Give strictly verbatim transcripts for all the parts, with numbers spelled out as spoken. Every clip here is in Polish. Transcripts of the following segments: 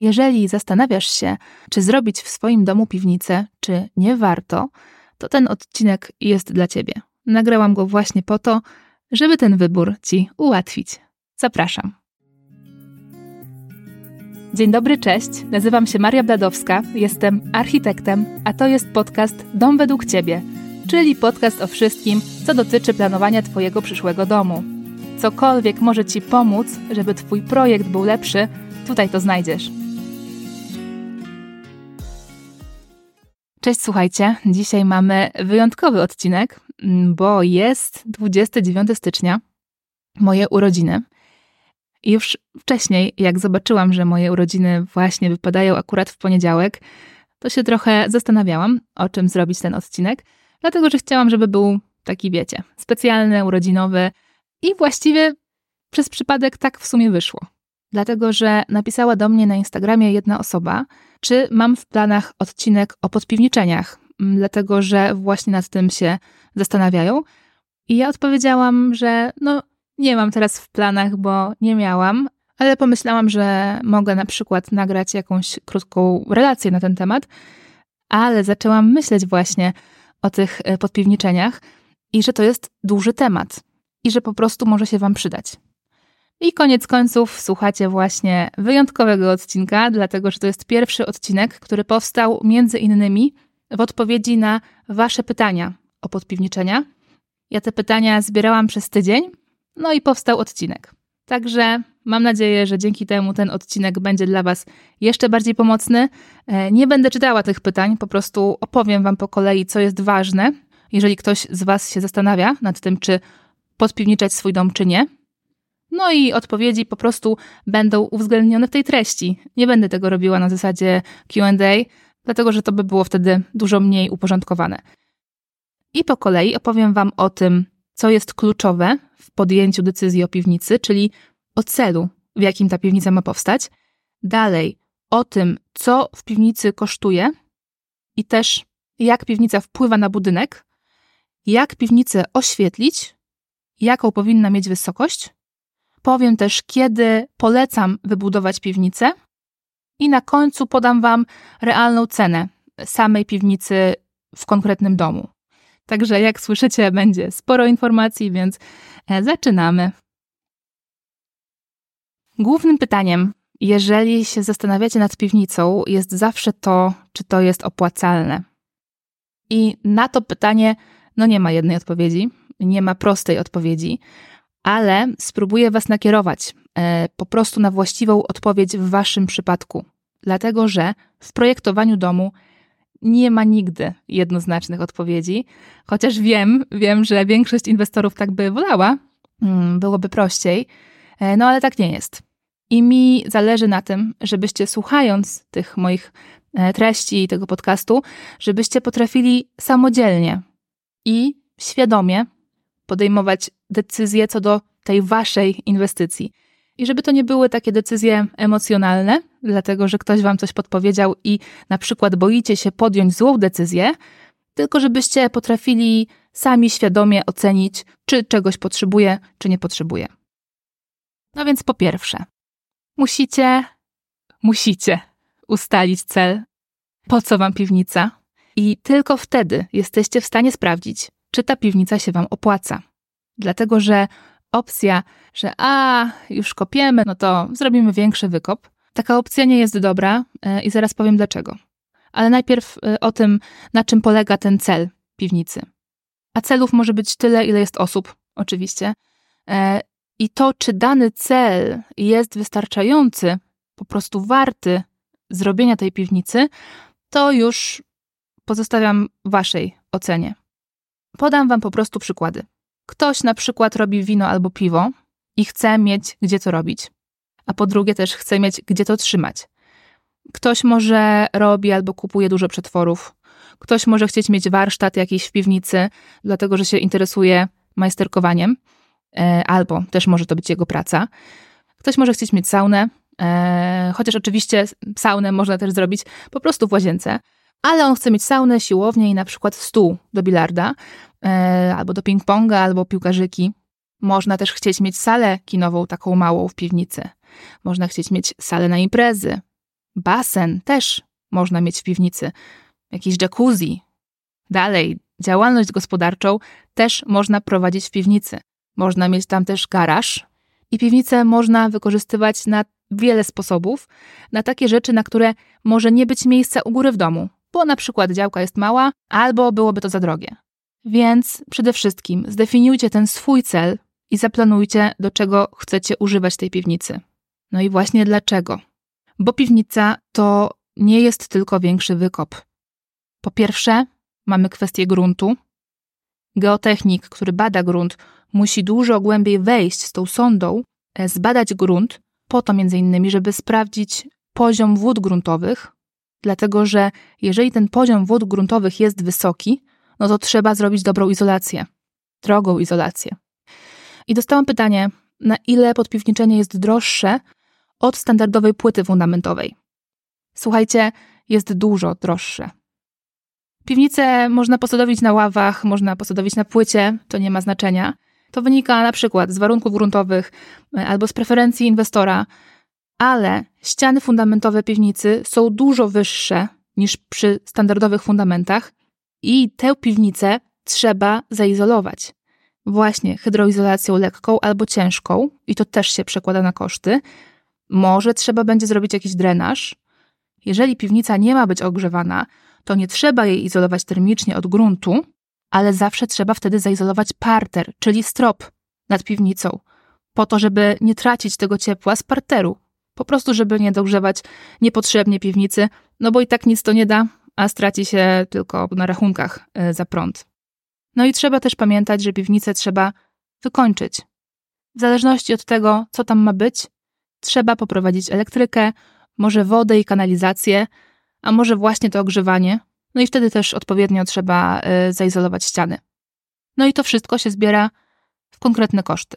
Jeżeli zastanawiasz się, czy zrobić w swoim domu piwnicę, czy nie warto, to ten odcinek jest dla Ciebie. Nagrałam go właśnie po to, żeby ten wybór Ci ułatwić. Zapraszam. Dzień dobry, cześć. Nazywam się Maria Bladowska, jestem architektem, a to jest podcast Dom według Ciebie, czyli podcast o wszystkim, co dotyczy planowania Twojego przyszłego domu. Cokolwiek może Ci pomóc, żeby Twój projekt był lepszy, tutaj to znajdziesz. Cześć, słuchajcie. Dzisiaj mamy wyjątkowy odcinek, bo jest dwudziestego dziewiątego stycznia, moje urodziny. I już wcześniej, jak zobaczyłam, że moje urodziny właśnie wypadają akurat w poniedziałek, to się trochę zastanawiałam, o czym zrobić ten odcinek, dlatego że chciałam, żeby był taki, wiecie, specjalny, urodzinowy i właściwie przez przypadek tak w sumie wyszło. Dlatego, że napisała do mnie na Instagramie jedna osoba, czy mam w planach odcinek o podpiwniczeniach, dlatego że właśnie nad tym się zastanawiają. I ja odpowiedziałam, że no nie mam teraz w planach, bo nie miałam, ale pomyślałam, że mogę na przykład nagrać jakąś krótką relację na ten temat, ale zaczęłam myśleć właśnie o tych podpiwniczeniach i że to jest duży temat i że po prostu może się Wam przydać. I koniec końców słuchacie właśnie wyjątkowego odcinka, dlatego że to jest pierwszy odcinek, który powstał między innymi w odpowiedzi na Wasze pytania o podpiwniczenia. Ja te pytania zbierałam przez tydzień, no i powstał odcinek. Także mam nadzieję, że dzięki temu ten odcinek będzie dla Was jeszcze bardziej pomocny. Nie będę czytała tych pytań, po prostu opowiem Wam po kolei, co jest ważne, jeżeli ktoś z Was się zastanawia nad tym, czy podpiwniczać swój dom, czy nie. No i odpowiedzi po prostu będą uwzględnione w tej treści. Nie będę tego robiła na zasadzie Q and A, dlatego że to by było wtedy dużo mniej uporządkowane. I po kolei opowiem Wam o tym, co jest kluczowe w podjęciu decyzji o piwnicy, czyli o celu, w jakim ta piwnica ma powstać. Dalej o tym, co w piwnicy kosztuje i też jak piwnica wpływa na budynek, jak piwnicę oświetlić, jaką powinna mieć wysokość. Powiem też, kiedy polecam wybudować piwnicę i na końcu podam Wam realną cenę samej piwnicy w konkretnym domu. Także jak słyszycie, będzie sporo informacji, więc zaczynamy. Głównym pytaniem, jeżeli się zastanawiacie nad piwnicą, jest zawsze to, czy to jest opłacalne. I na to pytanie no nie ma jednej odpowiedzi, nie ma prostej odpowiedzi, ale spróbuję Was nakierować e, po prostu na właściwą odpowiedź w Waszym przypadku. Dlatego, że w projektowaniu domu nie ma nigdy jednoznacznych odpowiedzi, chociaż wiem, wiem, że większość inwestorów tak by wolała, hmm, byłoby prościej, e, no ale tak nie jest. I mi zależy na tym, żebyście słuchając tych moich e, treści i tego podcastu, żebyście potrafili samodzielnie i świadomie podejmować decyzje co do tej waszej inwestycji. I żeby to nie były takie decyzje emocjonalne, dlatego że ktoś wam coś podpowiedział i na przykład boicie się podjąć złą decyzję, tylko żebyście potrafili sami świadomie ocenić, czy czegoś potrzebuje, czy nie potrzebuje. No więc po pierwsze, musicie, musicie ustalić cel, po co wam piwnica i tylko wtedy jesteście w stanie sprawdzić, czy ta piwnica się wam opłaca. Dlatego, że opcja, że a, już kopiemy, no to zrobimy większy wykop. Taka opcja nie jest dobra i zaraz powiem dlaczego. Ale najpierw o tym, na czym polega ten cel piwnicy. A celów może być tyle, ile jest osób, oczywiście. I to, czy dany cel jest wystarczający, po prostu warty zrobienia tej piwnicy, to już pozostawiam waszej ocenie. Podam wam po prostu przykłady. Ktoś na przykład robi wino albo piwo i chce mieć gdzie to robić, a po drugie też chce mieć gdzie to trzymać. Ktoś może robi albo kupuje dużo przetworów. Ktoś może chcieć mieć warsztat jakiś w piwnicy, dlatego że się interesuje majsterkowaniem, albo też może to być jego praca. Ktoś może chcieć mieć saunę, chociaż oczywiście saunę można też zrobić po prostu w łazience, ale on chce mieć saunę, siłownię i na przykład stół do bilarda, albo do ping-ponga, albo piłkarzyki. Można też chcieć mieć salę kinową, taką małą w piwnicy. Można chcieć mieć salę na imprezy. Basen też można mieć w piwnicy. Jakiś jacuzzi. Dalej, działalność gospodarczą też można prowadzić w piwnicy. Można mieć tam też garaż i piwnicę można wykorzystywać na wiele sposobów, na takie rzeczy, na które może nie być miejsca u góry w domu, bo na przykład działka jest mała albo byłoby to za drogie. Więc przede wszystkim zdefiniujcie ten swój cel i zaplanujcie, do czego chcecie używać tej piwnicy. No i właśnie dlaczego? Bo piwnica to nie jest tylko większy wykop. Po pierwsze, mamy kwestię gruntu. Geotechnik, który bada grunt, musi dużo głębiej wejść z tą sondą, zbadać grunt, po to między innymi, żeby sprawdzić poziom wód gruntowych, dlatego że jeżeli ten poziom wód gruntowych jest wysoki, no to trzeba zrobić dobrą izolację, drogą izolację. I dostałam pytanie, na ile podpiwniczenie jest droższe od standardowej płyty fundamentowej. Słuchajcie, jest dużo droższe. Piwnicę można posadowić na ławach, można posadowić na płycie, to nie ma znaczenia. To wynika na przykład z warunków gruntowych albo z preferencji inwestora, ale ściany fundamentowe piwnicy są dużo wyższe niż przy standardowych fundamentach i tę piwnicę trzeba zaizolować. Właśnie hydroizolacją lekką albo ciężką i to też się przekłada na koszty. Może trzeba będzie zrobić jakiś drenaż. Jeżeli piwnica nie ma być ogrzewana, to nie trzeba jej izolować termicznie od gruntu, ale zawsze trzeba wtedy zaizolować parter, czyli strop nad piwnicą, po to, żeby nie tracić tego ciepła z parteru. Po prostu, żeby nie dogrzewać niepotrzebnie piwnicy, no bo i tak nic to nie da, a straci się tylko na rachunkach za prąd. No i trzeba też pamiętać, że piwnicę trzeba wykończyć. W zależności od tego, co tam ma być, trzeba poprowadzić elektrykę, może wodę i kanalizację, a może właśnie to ogrzewanie. No i wtedy też odpowiednio trzeba y, zaizolować ściany. No i to wszystko się zbiera w konkretne koszty.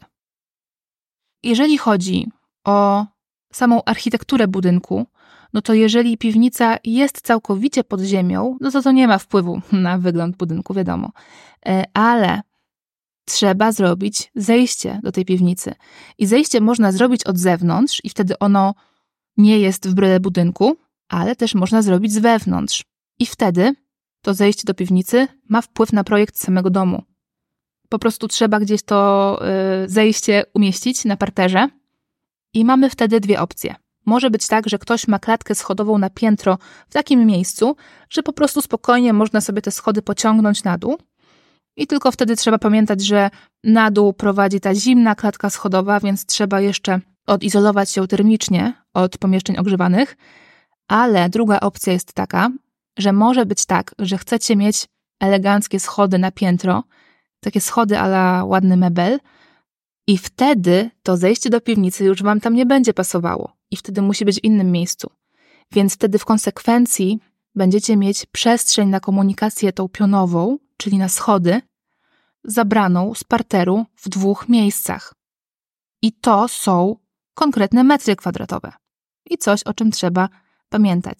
Jeżeli chodzi o samą architekturę budynku, no to jeżeli piwnica jest całkowicie pod ziemią, no to to nie ma wpływu na wygląd budynku, wiadomo. Y, ale trzeba zrobić zejście do tej piwnicy. I zejście można zrobić od zewnątrz i wtedy ono nie jest w bryle budynku, ale też można zrobić z wewnątrz. I wtedy to zejście do piwnicy ma wpływ na projekt samego domu. Po prostu trzeba gdzieś to y, zejście umieścić na parterze i mamy wtedy dwie opcje. Może być tak, że ktoś ma klatkę schodową na piętro w takim miejscu, że po prostu spokojnie można sobie te schody pociągnąć na dół i tylko wtedy trzeba pamiętać, że na dół prowadzi ta zimna klatka schodowa, więc trzeba jeszcze odizolować ją termicznie od pomieszczeń ogrzewanych, ale druga opcja jest taka, że może być tak, że chcecie mieć eleganckie schody na piętro, takie schody a la ładny mebel i wtedy to zejście do piwnicy już wam tam nie będzie pasowało i wtedy musi być w innym miejscu. Więc wtedy w konsekwencji będziecie mieć przestrzeń na komunikację tą pionową, czyli na schody, zabraną z parteru w dwóch miejscach. I to są konkretne metry kwadratowe. I coś, o czym trzeba pamiętać.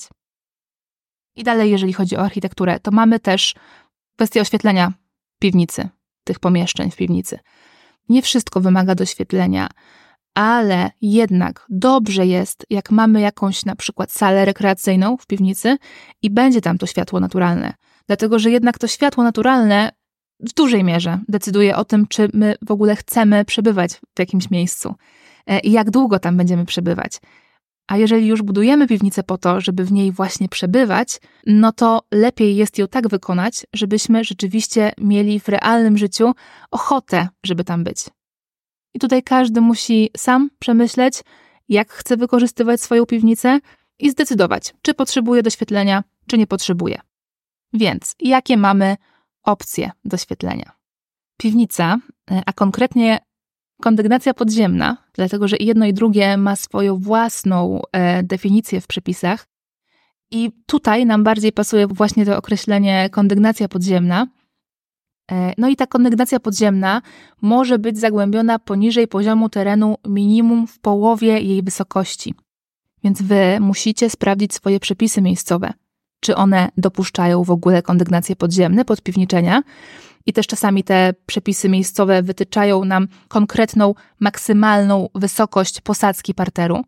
I dalej, jeżeli chodzi o architekturę, to mamy też kwestię oświetlenia piwnicy, tych pomieszczeń w piwnicy. Nie wszystko wymaga doświetlenia, ale jednak dobrze jest, jak mamy jakąś na przykład salę rekreacyjną w piwnicy i będzie tam to światło naturalne. Dlatego, że jednak to światło naturalne w dużej mierze decyduje o tym, czy my w ogóle chcemy przebywać w jakimś miejscu i jak długo tam będziemy przebywać. A jeżeli już budujemy piwnicę po to, żeby w niej właśnie przebywać, no to lepiej jest ją tak wykonać, żebyśmy rzeczywiście mieli w realnym życiu ochotę, żeby tam być. I tutaj każdy musi sam przemyśleć, jak chce wykorzystywać swoją piwnicę i zdecydować, czy potrzebuje doświetlenia, czy nie potrzebuje. Więc jakie mamy opcje doświetlenia? Piwnica, a konkretnie kondygnacja podziemna, dlatego że jedno i drugie ma swoją własną e, definicję w przepisach i tutaj nam bardziej pasuje właśnie to określenie kondygnacja podziemna. E, no i ta kondygnacja podziemna może być zagłębiona poniżej poziomu terenu minimum w połowie jej wysokości. Więc wy musicie sprawdzić swoje przepisy miejscowe, czy one dopuszczają w ogóle kondygnacje podziemne, podpiwniczenia. I też czasami te przepisy miejscowe wytyczają nam konkretną, maksymalną wysokość posadzki parteru.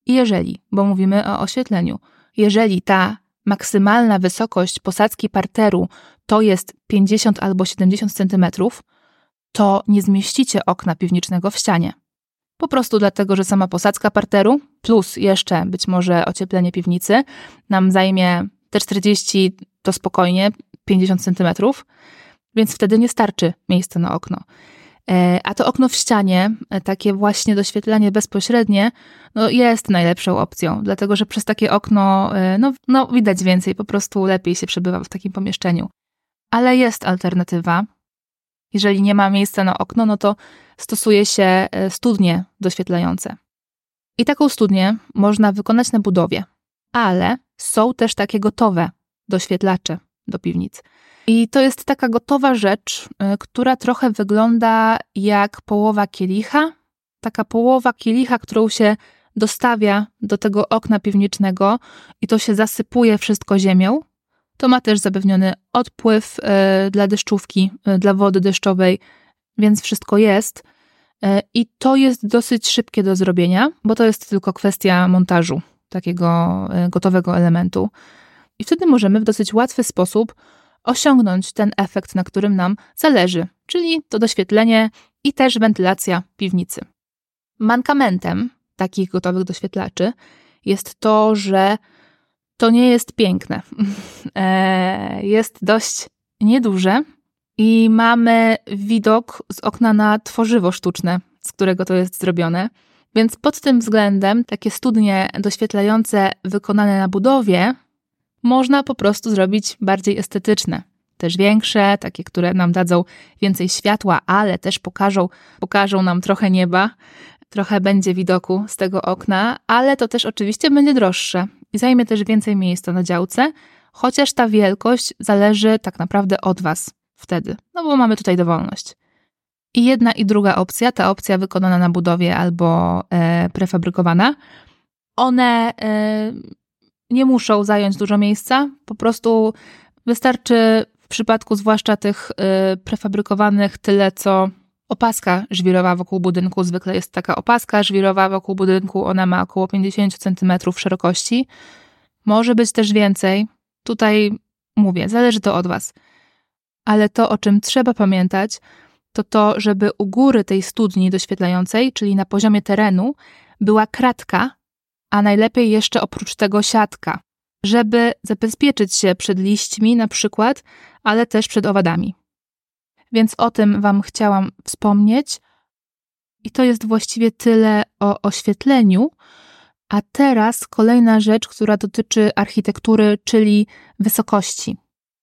I jeżeli, bo mówimy o oświetleniu, jeżeli ta maksymalna wysokość posadzki parteru to jest pięćdziesiąt albo siedemdziesiąt centymetrów, to nie zmieścicie okna piwniczego w ścianie. Po prostu dlatego, że sama posadzka parteru plus jeszcze być może ocieplenie piwnicy nam zajmie te czterdzieści to spokojnie pięćdziesiąt centymetrów, więc wtedy nie starczy miejsca na okno. A to okno w ścianie, takie właśnie doświetlenie bezpośrednie, no jest najlepszą opcją, dlatego że przez takie okno no, no widać więcej, po prostu lepiej się przebywa w takim pomieszczeniu. Ale jest alternatywa. Jeżeli nie ma miejsca na okno, no to stosuje się studnie doświetlające. I taką studnię można wykonać na budowie, ale są też takie gotowe doświetlacze do piwnic. I to jest taka gotowa rzecz, która trochę wygląda jak połowa kielicha. Taka połowa kielicha, którą się dostawia do tego okna piwniczego i to się zasypuje wszystko ziemią. To ma też zapewniony odpływ y, dla deszczówki, y, dla wody deszczowej, więc wszystko jest. Y, I to jest dosyć szybkie do zrobienia, bo to jest tylko kwestia montażu takiego y, gotowego elementu. I wtedy możemy w dosyć łatwy sposób osiągnąć ten efekt, na którym nam zależy, czyli to doświetlenie i też wentylacja piwnicy. Mankamentem takich gotowych doświetlaczy jest to, że to nie jest piękne. Jest dość nieduże i mamy widok z okna na tworzywo sztuczne, z którego to jest zrobione. Więc pod tym względem takie studnie doświetlające wykonane na budowie można po prostu zrobić bardziej estetyczne. Też większe, takie, które nam dadzą więcej światła, ale też pokażą, pokażą nam trochę nieba, trochę będzie widoku z tego okna, ale to też oczywiście będzie droższe i zajmie też więcej miejsca na działce, chociaż ta wielkość zależy tak naprawdę od Was wtedy, no bo mamy tutaj dowolność. I jedna i druga opcja, ta opcja wykonana na budowie albo e, prefabrykowana, one e, nie muszą zająć dużo miejsca, po prostu wystarczy w przypadku zwłaszcza tych y, prefabrykowanych tyle, co opaska żwirowa wokół budynku. Zwykle jest taka opaska żwirowa wokół budynku, ona ma około pięćdziesiąt centymetrów szerokości. Może być też więcej. Tutaj mówię, zależy to od Was. Ale to, o czym trzeba pamiętać, to to, żeby u góry tej studni doświetlającej, czyli na poziomie terenu, była kratka, a najlepiej jeszcze oprócz tego siatka, żeby zabezpieczyć się przed liśćmi na przykład, ale też przed owadami. Więc o tym Wam chciałam wspomnieć i to jest właściwie tyle o oświetleniu. A teraz kolejna rzecz, która dotyczy architektury, czyli wysokości.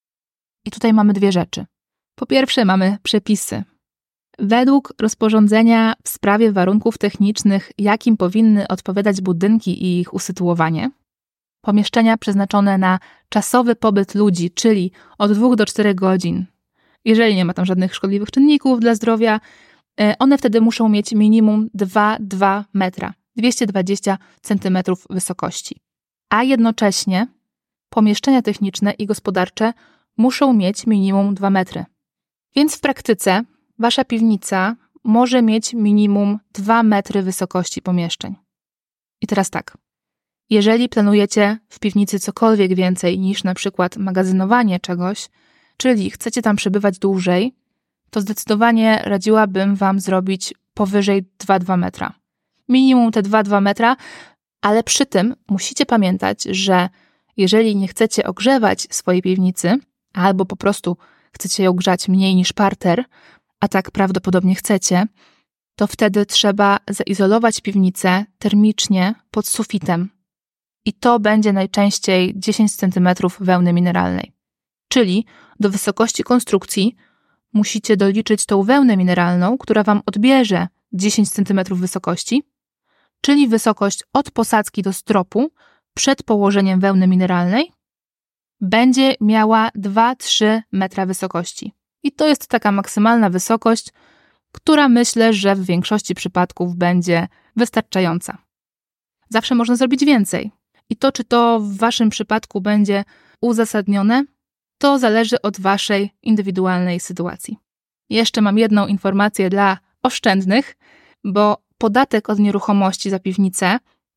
I tutaj mamy dwie rzeczy. Po pierwsze mamy przepisy. Według rozporządzenia w sprawie warunków technicznych, jakim powinny odpowiadać budynki i ich usytuowanie, pomieszczenia przeznaczone na czasowy pobyt ludzi, czyli od dwóch do czterech godzin, jeżeli nie ma tam żadnych szkodliwych czynników dla zdrowia, one wtedy muszą mieć minimum dwa przecinek dwa metra, dwieście dwadzieścia centymetrów wysokości. A jednocześnie pomieszczenia techniczne i gospodarcze muszą mieć minimum dwa metry. Więc w praktyce Wasza piwnica może mieć minimum dwa metry wysokości pomieszczeń. I teraz tak, jeżeli planujecie w piwnicy cokolwiek więcej niż na przykład magazynowanie czegoś, czyli chcecie tam przebywać dłużej, to zdecydowanie radziłabym Wam zrobić powyżej dwa przecinek dwa metra. Minimum te dwa przecinek dwa metra, ale przy tym musicie pamiętać, że jeżeli nie chcecie ogrzewać swojej piwnicy, albo po prostu chcecie ją grzać mniej niż parter, a tak prawdopodobnie chcecie, to wtedy trzeba zaizolować piwnicę termicznie pod sufitem. I to będzie najczęściej dziesięć centymetrów wełny mineralnej. Czyli do wysokości konstrukcji musicie doliczyć tą wełnę mineralną, która Wam odbierze dziesięć centymetrów wysokości, czyli wysokość od posadzki do stropu przed położeniem wełny mineralnej będzie miała dwa do trzech metra wysokości. I to jest taka maksymalna wysokość, która myślę, że w większości przypadków będzie wystarczająca. Zawsze można zrobić więcej. I to, czy to w Waszym przypadku będzie uzasadnione, to zależy od Waszej indywidualnej sytuacji. Jeszcze mam jedną informację dla oszczędnych, bo podatek od nieruchomości za piwnicę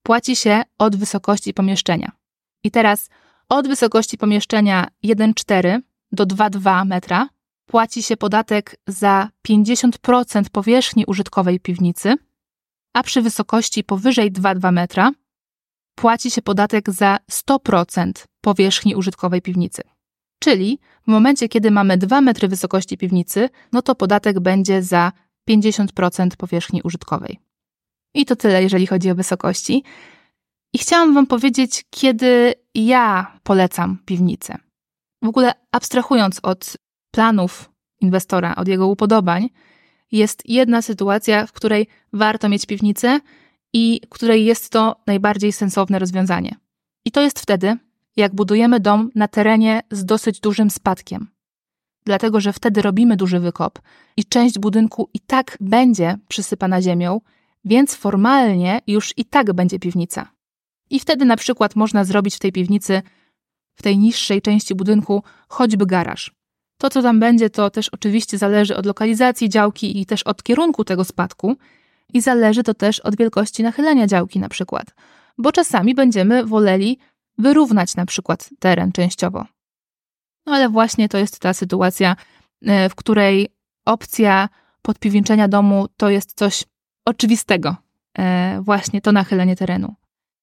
płaci się od wysokości pomieszczenia. I teraz od wysokości pomieszczenia jeden przecinek cztery do dwa przecinek dwa metra płaci się podatek za pięćdziesiąt procent powierzchni użytkowej piwnicy, a przy wysokości powyżej dwa przecinek dwa metra płaci się podatek za sto procent powierzchni użytkowej piwnicy. Czyli w momencie, kiedy mamy dwa metry wysokości piwnicy, no to podatek będzie za pięćdziesiąt procent powierzchni użytkowej. I to tyle, jeżeli chodzi o wysokości. I chciałam wam powiedzieć, kiedy ja polecam piwnicę. W ogóle abstrahując od planów inwestora, od jego upodobań, jest jedna sytuacja, w której warto mieć piwnicę i w której jest to najbardziej sensowne rozwiązanie. I to jest wtedy, jak budujemy dom na terenie z dosyć dużym spadkiem. Dlatego, że wtedy robimy duży wykop i część budynku i tak będzie przysypana ziemią, więc formalnie już i tak będzie piwnica. I wtedy na przykład można zrobić w tej piwnicy, w tej niższej części budynku, choćby garaż. To, co tam będzie, to też oczywiście zależy od lokalizacji działki i też od kierunku tego spadku i zależy to też od wielkości nachylenia działki na przykład, bo czasami będziemy woleli wyrównać na przykład teren częściowo. No ale właśnie to jest ta sytuacja, w której opcja podpiwniczenia domu to jest coś oczywistego, właśnie to nachylenie terenu.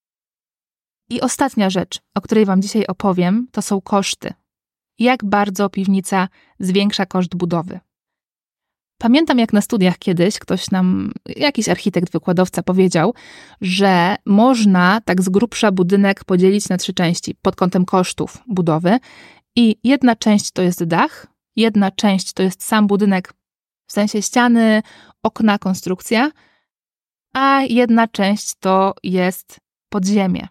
I ostatnia rzecz, o której wam dzisiaj opowiem, to są koszty. Jak bardzo piwnica zwiększa koszt budowy. Pamiętam, jak na studiach kiedyś ktoś nam, jakiś architekt, wykładowca powiedział, że można tak z grubsza budynek podzielić na trzy części pod kątem kosztów budowy i jedna część to jest dach, jedna część to jest sam budynek, w sensie ściany, okna, konstrukcja, a jedna część to jest podziemie.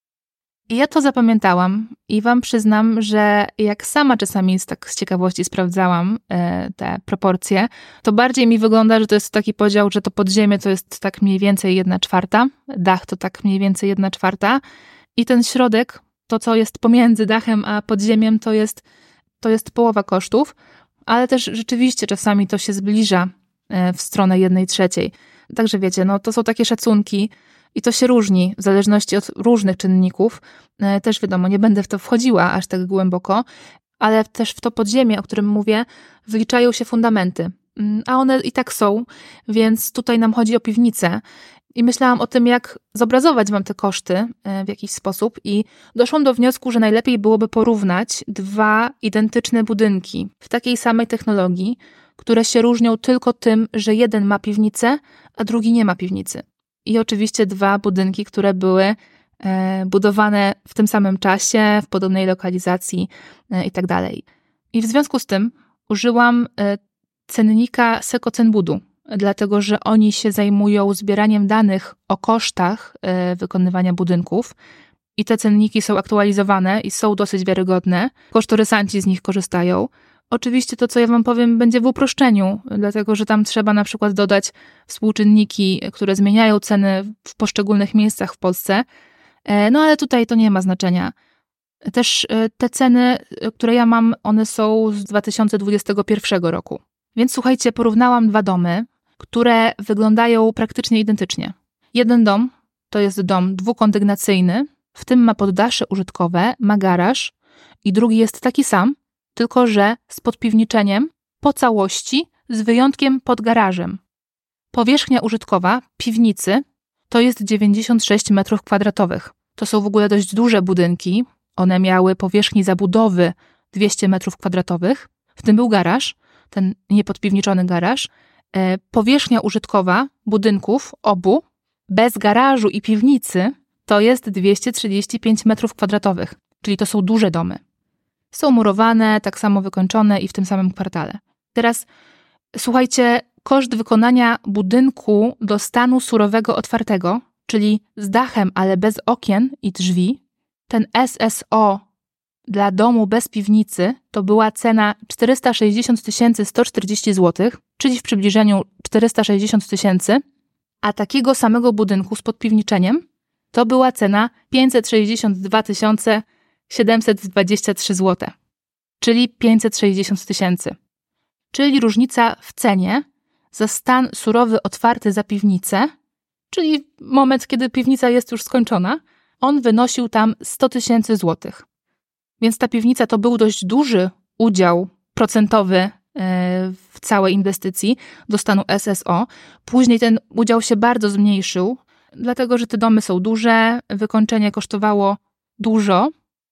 I ja to zapamiętałam i wam przyznam, że jak sama czasami z, tak z ciekawości sprawdzałam e, te proporcje, to bardziej mi wygląda, że to jest taki podział, że to podziemie to jest tak mniej więcej jedna czwarta, dach to tak mniej więcej jedna czwarta i ten środek, to co jest pomiędzy dachem a podziemiem, to jest, to jest połowa kosztów, ale też rzeczywiście czasami to się zbliża e, w stronę jednej trzeciej. Także wiecie, no to są takie szacunki, i to się różni w zależności od różnych czynników. Też wiadomo, nie będę w to wchodziła aż tak głęboko, ale też w to podziemie, o którym mówię, wliczają się fundamenty. A one i tak są, więc tutaj nam chodzi o piwnicę. I myślałam o tym, jak zobrazować wam te koszty w jakiś sposób i doszłam do wniosku, że najlepiej byłoby porównać dwa identyczne budynki w takiej samej technologii, które się różnią tylko tym, że jeden ma piwnicę, a drugi nie ma piwnicy. I oczywiście dwa budynki, które były e, budowane w tym samym czasie, w podobnej lokalizacji e, i tak dalej. I w związku z tym użyłam e, cennika Sekocenbudu, dlatego że oni się zajmują zbieraniem danych o kosztach e, wykonywania budynków i te cenniki są aktualizowane i są dosyć wiarygodne. Kosztorysanci z nich korzystają. Oczywiście to, co ja wam powiem, będzie w uproszczeniu, dlatego że tam trzeba na przykład dodać współczynniki, które zmieniają ceny w poszczególnych miejscach w Polsce. No ale tutaj to nie ma znaczenia. Też te ceny, które ja mam, one są z dwa tysiące dwudziestego pierwszego roku. Więc słuchajcie, porównałam dwa domy, które wyglądają praktycznie identycznie. Jeden dom to jest dom dwukondygnacyjny, w tym ma poddasze użytkowe, ma garaż i drugi jest taki sam, tylko że z podpiwniczeniem po całości, z wyjątkiem pod garażem. Powierzchnia użytkowa piwnicy to jest dziewięćdziesiąt sześć metrów kwadratowych. To są w ogóle dość duże budynki. One miały powierzchni zabudowy dwieście metrów kwadratowych. W tym był garaż, ten niepodpiwniczony garaż. E, powierzchnia użytkowa budynków obu, bez garażu i piwnicy, to jest dwieście trzydzieści pięć metrów kwadratowych. Czyli to są duże domy. Są murowane, tak samo wykończone i w tym samym kwartale. Teraz słuchajcie, koszt wykonania budynku do stanu surowego otwartego, czyli z dachem, ale bez okien i drzwi, ten S S O dla domu bez piwnicy to była cena czterysta sześćdziesiąt tysięcy sto czterdzieści złotych, czyli w przybliżeniu czterysta sześćdziesiąt tysięcy, a takiego samego budynku z podpiwniczeniem to była cena pięćset sześćdziesiąt dwa tysiące siedemset dwadzieścia trzy złote, czyli pięćset sześćdziesiąt tysięcy. Czyli różnica w cenie za stan surowy otwarty za piwnicę czyli moment, kiedy piwnica jest już skończona, on wynosił tam sto tysięcy złotych. Więc ta piwnica to był dość duży udział procentowy w całej inwestycji do stanu S S O. Później ten udział się bardzo zmniejszył, dlatego że te domy są duże, wykończenie kosztowało dużo,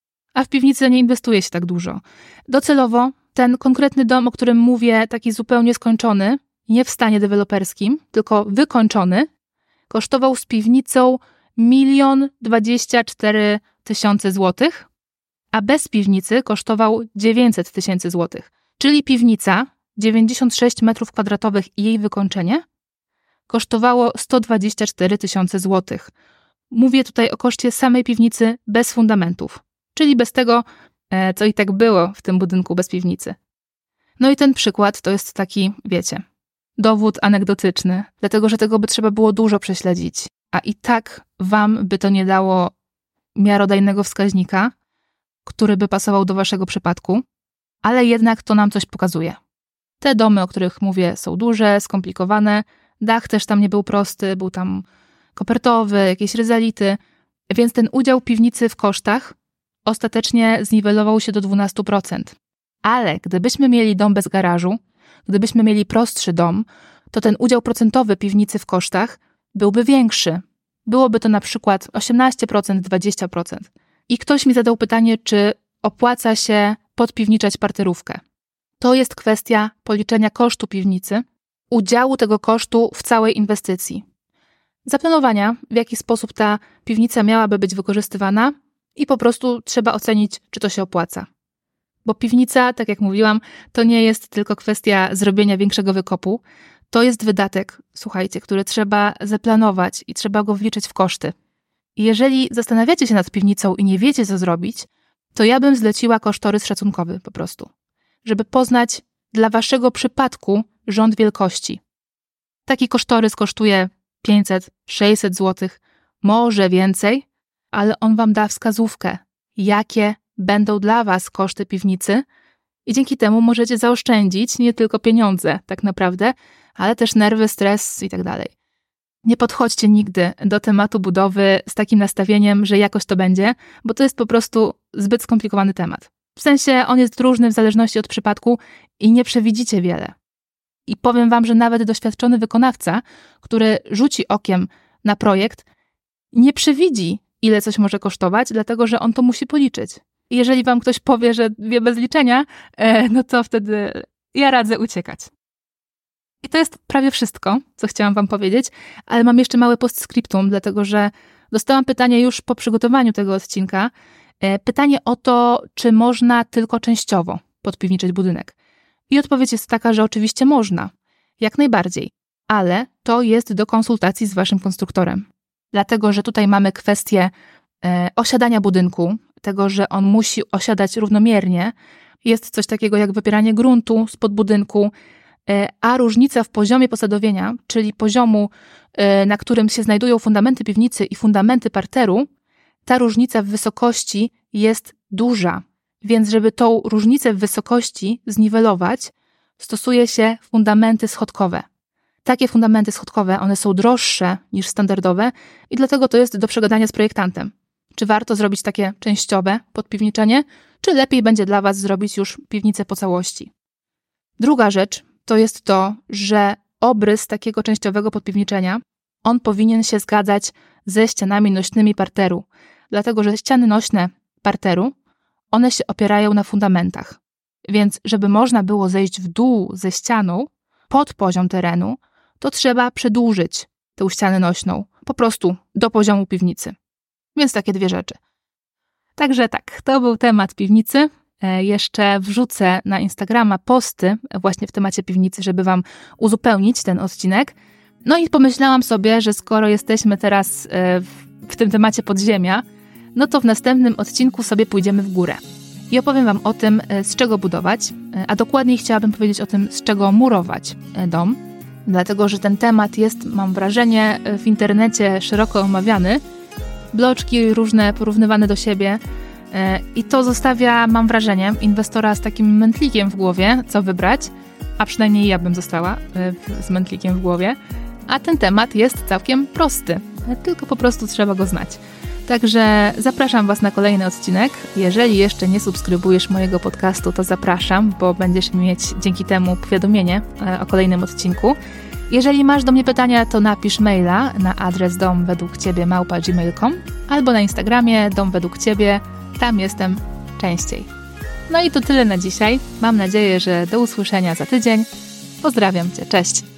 a w piwnicy nie inwestuje się tak dużo. Docelowo ten konkretny dom, o którym mówię, taki zupełnie skończony, nie w stanie deweloperskim, tylko wykończony, kosztował z piwnicą milion dwadzieścia cztery tysiące złotych, a bez piwnicy kosztował dziewięćset tysięcy złotych. Czyli piwnica, dziewięćdziesiąt sześć metrów kwadratowych i jej wykończenie, kosztowało sto dwadzieścia cztery tysiące złotych. Mówię tutaj o koszcie samej piwnicy bez fundamentów, czyli bez tego, co i tak było w tym budynku bez piwnicy. No i ten przykład to jest taki, wiecie, dowód anegdotyczny, dlatego że tego by trzeba było dużo prześledzić, a i tak wam by to nie dało miarodajnego wskaźnika, który by pasował do waszego przypadku, ale jednak to nam coś pokazuje. Te domy, o których mówię, są duże, skomplikowane, dach też tam nie był prosty, był tam kopertowy, jakieś ryzality, więc ten udział piwnicy w kosztach ostatecznie zniwelował się do dwanaście procent. Ale gdybyśmy mieli dom bez garażu, gdybyśmy mieli prostszy dom, to ten udział procentowy piwnicy w kosztach byłby większy. Byłoby to na przykład osiemnaście procent, dwadzieścia procent. I ktoś mi zadał pytanie, czy opłaca się podpiwniczać parterówkę. To jest kwestia policzenia kosztu piwnicy, udziału tego kosztu w całej inwestycji. Zaplanowania, w jaki sposób ta piwnica miałaby być wykorzystywana i po prostu trzeba ocenić, czy to się opłaca. Bo piwnica, tak jak mówiłam, to nie jest tylko kwestia zrobienia większego wykopu. To jest wydatek, słuchajcie, który trzeba zaplanować i trzeba go wliczyć w koszty. I jeżeli zastanawiacie się nad piwnicą i nie wiecie, co zrobić, to ja bym zleciła kosztorys szacunkowy po prostu, żeby poznać dla waszego przypadku rząd wielkości. Taki kosztorys kosztuje pięćset, sześćset złotych, może więcej, ale on wam da wskazówkę, jakie będą dla was koszty piwnicy i dzięki temu możecie zaoszczędzić nie tylko pieniądze tak naprawdę, ale też nerwy, stres i tak dalej. Nie podchodźcie nigdy do tematu budowy z takim nastawieniem, że jakoś to będzie, bo to jest po prostu zbyt skomplikowany temat. W sensie on jest różny w zależności od przypadku i nie przewidzicie wiele. I powiem wam, że nawet doświadczony wykonawca, który rzuci okiem na projekt, nie przewidzi, ile coś może kosztować, dlatego że on to musi policzyć. I jeżeli wam ktoś powie, że wie bez liczenia, no to wtedy ja radzę uciekać. I to jest prawie wszystko, co chciałam wam powiedzieć, ale mam jeszcze małe postscriptum, dlatego że dostałam pytanie już po przygotowaniu tego odcinka. Pytanie o to, czy można tylko częściowo podpiwniczyć budynek. I odpowiedź jest taka, że oczywiście można, jak najbardziej, ale to jest do konsultacji z waszym konstruktorem. Dlatego, że tutaj mamy kwestię e, osiadania budynku, tego, że on musi osiadać równomiernie. Jest coś takiego jak wypieranie gruntu spod budynku, e, a różnica w poziomie posadowienia, czyli poziomu, e, na którym się znajdują fundamenty piwnicy i fundamenty parteru, ta różnica w wysokości jest duża. Więc żeby tą różnicę w wysokości zniwelować, stosuje się fundamenty schodkowe. Takie fundamenty schodkowe, one są droższe niż standardowe i dlatego to jest do przegadania z projektantem. Czy warto zrobić takie częściowe podpiwniczenie, czy lepiej będzie dla was zrobić już piwnicę po całości. Druga rzecz to jest to, że obrys takiego częściowego podpiwniczenia, on powinien się zgadzać ze ścianami nośnymi parteru, dlatego że ściany nośne parteru, one się opierają na fundamentach. Więc żeby można było zejść w dół ze ścianą pod poziom terenu, to trzeba przedłużyć tę ścianę nośną, po prostu do poziomu piwnicy. Więc takie dwie rzeczy. Także tak, to był temat piwnicy. E, jeszcze wrzucę na Instagrama posty właśnie w temacie piwnicy, żeby wam uzupełnić ten odcinek. No i pomyślałam sobie, że skoro jesteśmy teraz e, w, w tym temacie podziemia, no to w następnym odcinku sobie pójdziemy w górę. I opowiem wam o tym, z czego budować, a dokładniej chciałabym powiedzieć o tym, z czego murować dom, dlatego że ten temat jest, mam wrażenie, w internecie szeroko omawiany, bloczki różne porównywane do siebie i to zostawia, mam wrażenie, inwestora z takim mętlikiem w głowie, co wybrać, a przynajmniej ja bym została z mętlikiem w głowie. A ten temat jest całkiem prosty, tylko po prostu trzeba go znać. Także zapraszam Was na kolejny odcinek. Jeżeli jeszcze nie subskrybujesz mojego podcastu, to zapraszam, bo będziesz mieć dzięki temu powiadomienie o kolejnym odcinku. Jeżeli masz do mnie pytania, to napisz maila na adres dom według ciebie małpa gmail kropka com albo na Instagramie dom według ciebie, tam jestem częściej. No i to tyle na dzisiaj. Mam nadzieję, że do usłyszenia za tydzień. Pozdrawiam Cię, cześć!